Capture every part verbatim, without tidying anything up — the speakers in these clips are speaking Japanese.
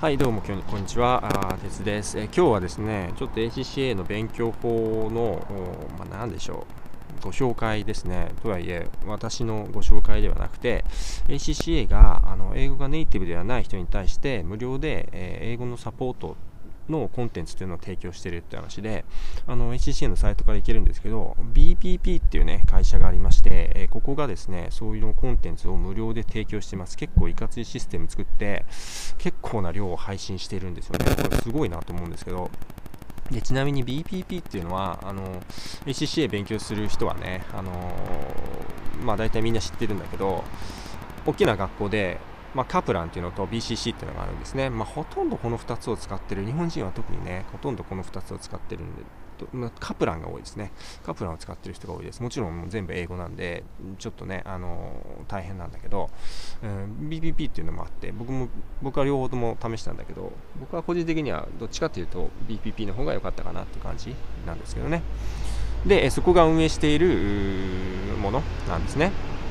はい、どうも、きょこんにちは。あー、鉄です。えー今日はですね、ちょっと エーシーシーエー の勉強法の、おまあ、何でしょう、ご紹介ですね。とはいえ、私のご紹介ではなくて、エーシーシーエー があの英語がネイティブではない人に対して無料で、えー英語のサポートのコンテンツというのを提供しているって話で、あの エーシーシーエー のサイトから行けるんですけど、 ビーピーピー っていうね会社がありまして、えーここがですねそういうのコンテンツを無料で提供してます。結構いかついシステム作って結構な量を配信しているんですよね。これすごいなと思うんですけど、でちなみに ビーピーピー っていうのはあの エーシーシーエー 勉強する人はね、あのーまあ大体みんな知ってるんだけど、大きな学校で、まあ、カプランっていうのと ビーシーシー っていうのがあるんですね。まあ、ほとんどこのふたつを使ってる、日本人は特にねほとんどこのふたつを使ってるんで、とまあ、カプランが多いですね。カプランを使ってる人が多いです。もちろんもう全部英語なんでちょっとね、あのー大変なんだけど、うん、ビーピーピー っていうのもあって、僕も僕は両方とも試したんだけど、僕は個人的にはどっちかっていうと ビーピーピー の方が良かったかなっていう感じなんですけどね。でそこが運営しているものなんですね。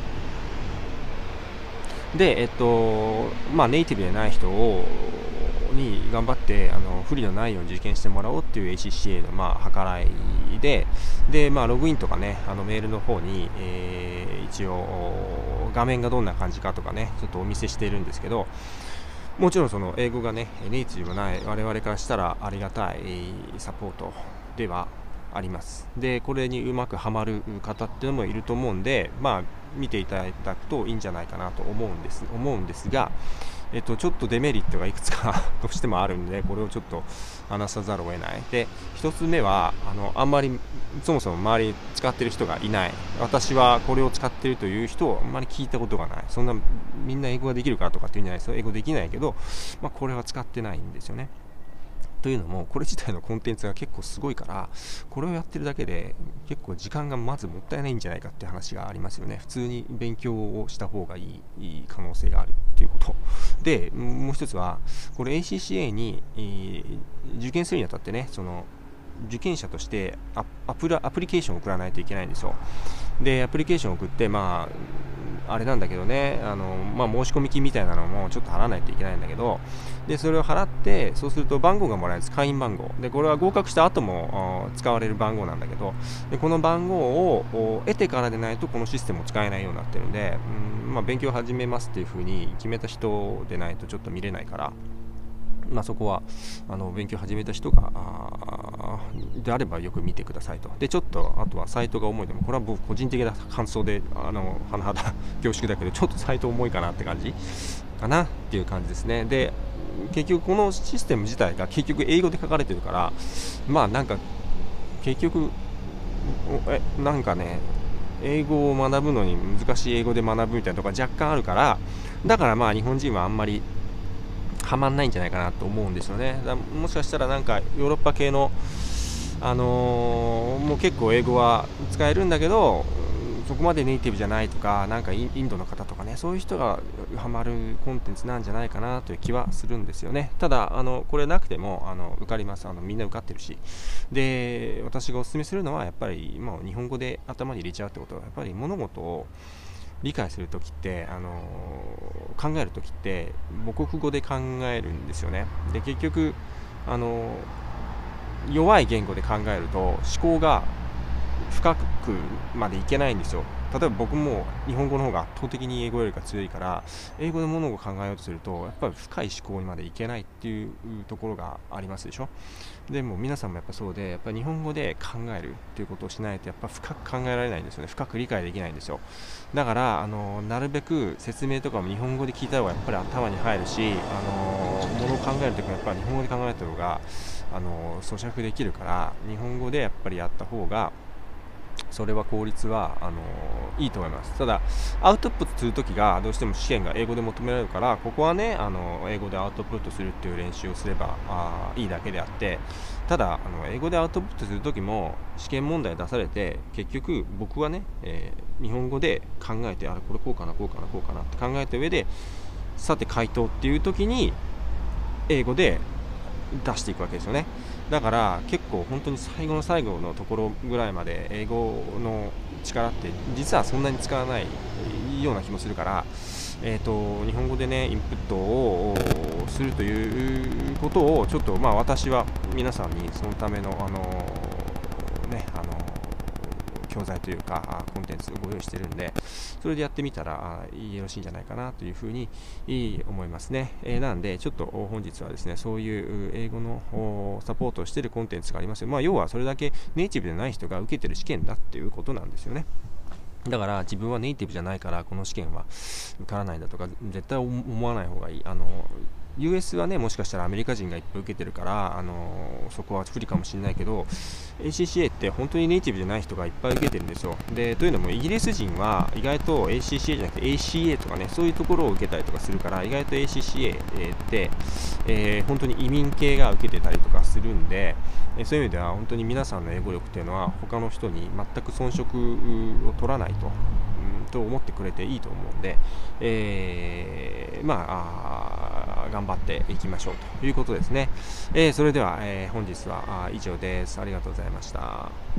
で、えっと、まあ、ネイティブでない人をに頑張ってあの不利のないように受験してもらおうっていう エーシーシーエー の、まあ、計らいで、で、まあ、ログインとかね、あのメールの方に、えー一応画面がどんな感じかとかね、ちょっとお見せしているんですけど、もちろんその英語がね、ネイティブない我々からしたらありがたいサポートではあります。で、これにうまくはまる方っていうのもいると思うんで、まあ、見ていただくといいんじゃないかなと思うんです思うんですが、えっと、ちょっとデメリットがいくつかどうしてもあるんで、これをちょっと話さざるを得ない。で、一つ目は、あの、あんまり、そもそも周りに使ってる人がいない。私はこれを使ってるという人をあんまり聞いたことがない。そんな、みんな英語ができるかとかっていうんじゃないですよ。英語できないけど、まあ、これは使ってないんですよね。というのも、これ自体のコンテンツが結構すごいから、これをやってるだけで結構時間がまずもったいないんじゃないかって話がありますよね。普通に勉強をした方がいいいい可能性があるっていうことで、もう一つはこれ エーシーシーエー に、えー受験するにあたってね、その受験者としてアアプラアプリケーションを送らないといけないんですよ。でアプリケーションを送って、まああれなんだけどね、あの、まあ、申し込み金みたいなのもちょっと払わないといけないんだけど、でそれを払って、そうすると番号がもらえるんです。会員番号で、これは合格した後も使われる番号なんだけど、でこの番号を得てからでないとこのシステムを使えないようになってるんで、うんまあ、勉強を始めますっていう風に決めた人でないとちょっと見れないから、まあ、そこはあの勉強を始めた人がであればよく見てくださいと。でちょっとあとはサイトが重いでも、これは僕個人的な感想であの甚だ恐縮だけど、ちょっとサイト重いかなって感じかなっていう感じですね。で結局このシステム自体が結局英語で書かれてるから、まあなんか結局えなんかね、英語を学ぶのに難しい英語で学ぶみたいなところが若干あるから、だからまあ日本人はあんまりはまんないんじゃないかなと思うんですよね。だもしかしたらなんかヨーロッパ系の、あのーもう結構英語は使えるんだけど、そこまでネイティブじゃないとか、なんかインドの方とかね、そういう人がハマるコンテンツなんじゃないかなという気はするんですよね。ただあのこれなくてもあの受かります。あのみんな受かってるし、で私がお勧めするのはやっぱり、まあ、日本語で頭に入れちゃうってことは、やっぱり物事を理解するときって、あのー考えるときって母国語で考えるんですよね。で結局、あのー弱い言語で考えると思考が深くまでいけないんですよ。例えば僕も日本語の方が圧倒的に英語よりか強いから、英語で物を考えようとするとやっぱり深い思考にまでいけないっていうところがありますでしょ。でも皆さんもやっぱそうで、やっぱり日本語で考えるっていうことをしないとやっぱ深く考えられないんですよね。深く理解できないんですよ。だからあのなるべく説明とかも日本語で聞いた方がやっぱり頭に入るし、あのものを考えるときもやっぱり日本語で考えた方があの咀嚼できるから、日本語でやっぱりやった方がそれは効率はあのいいと思います。ただアウトプットするときがどうしても試験が英語で求められるから、ここはね、あの英語でアウトプットするっていう練習をすればあいいだけであって、ただあの英語でアウトプットするときも試験問題出されて、結局僕はね、えー日本語で考えて、あれこれこうかなこうかなこうかなって考えた上で、さて回答っていうときに英語で出していくわけですよね。だから結構本当に最後の最後のところぐらいまで英語の力って実はそんなに使わないような気もするから、 えーと、日本語でね、インプットをするということを、ちょっと、まあ、私は皆さんにそのための、あのね、あの教材というかコンテンツをご用意してるんで、それでやってみたらよろしいんじゃないかなというふうに思いますね。えー、なんでちょっと本日はですね、そういう英語のサポートをしているコンテンツがありますよ。まあ、要はそれだけネイティブでない人が受けてる試験だっていうことなんですよね。だから自分はネイティブじゃないからこの試験は受からないんだとか絶対思わない方がいい。あのユーエス はね、もしかしたらアメリカ人がいっぱい受けてるから、あのー、そこは不利かもしれないけど、エーシーシーエー って本当にネイティブじゃない人がいっぱい受けてるんですよ。で、というのもイギリス人は意外と エーシーシーエー じゃなくて エーシーエー とかね、そういうところを受けたりとかするから、意外と エーシーシーエー って、えー、本当に移民系が受けてたりとかするんで、そういう意味では本当に皆さんの英語力っていうのは他の人に全く遜色を取らないと。と思ってくれていいと思うんで、えー、まあ、あ頑張っていきましょうということですね。えー、それでは、えー、本日は以上です。ありがとうございました。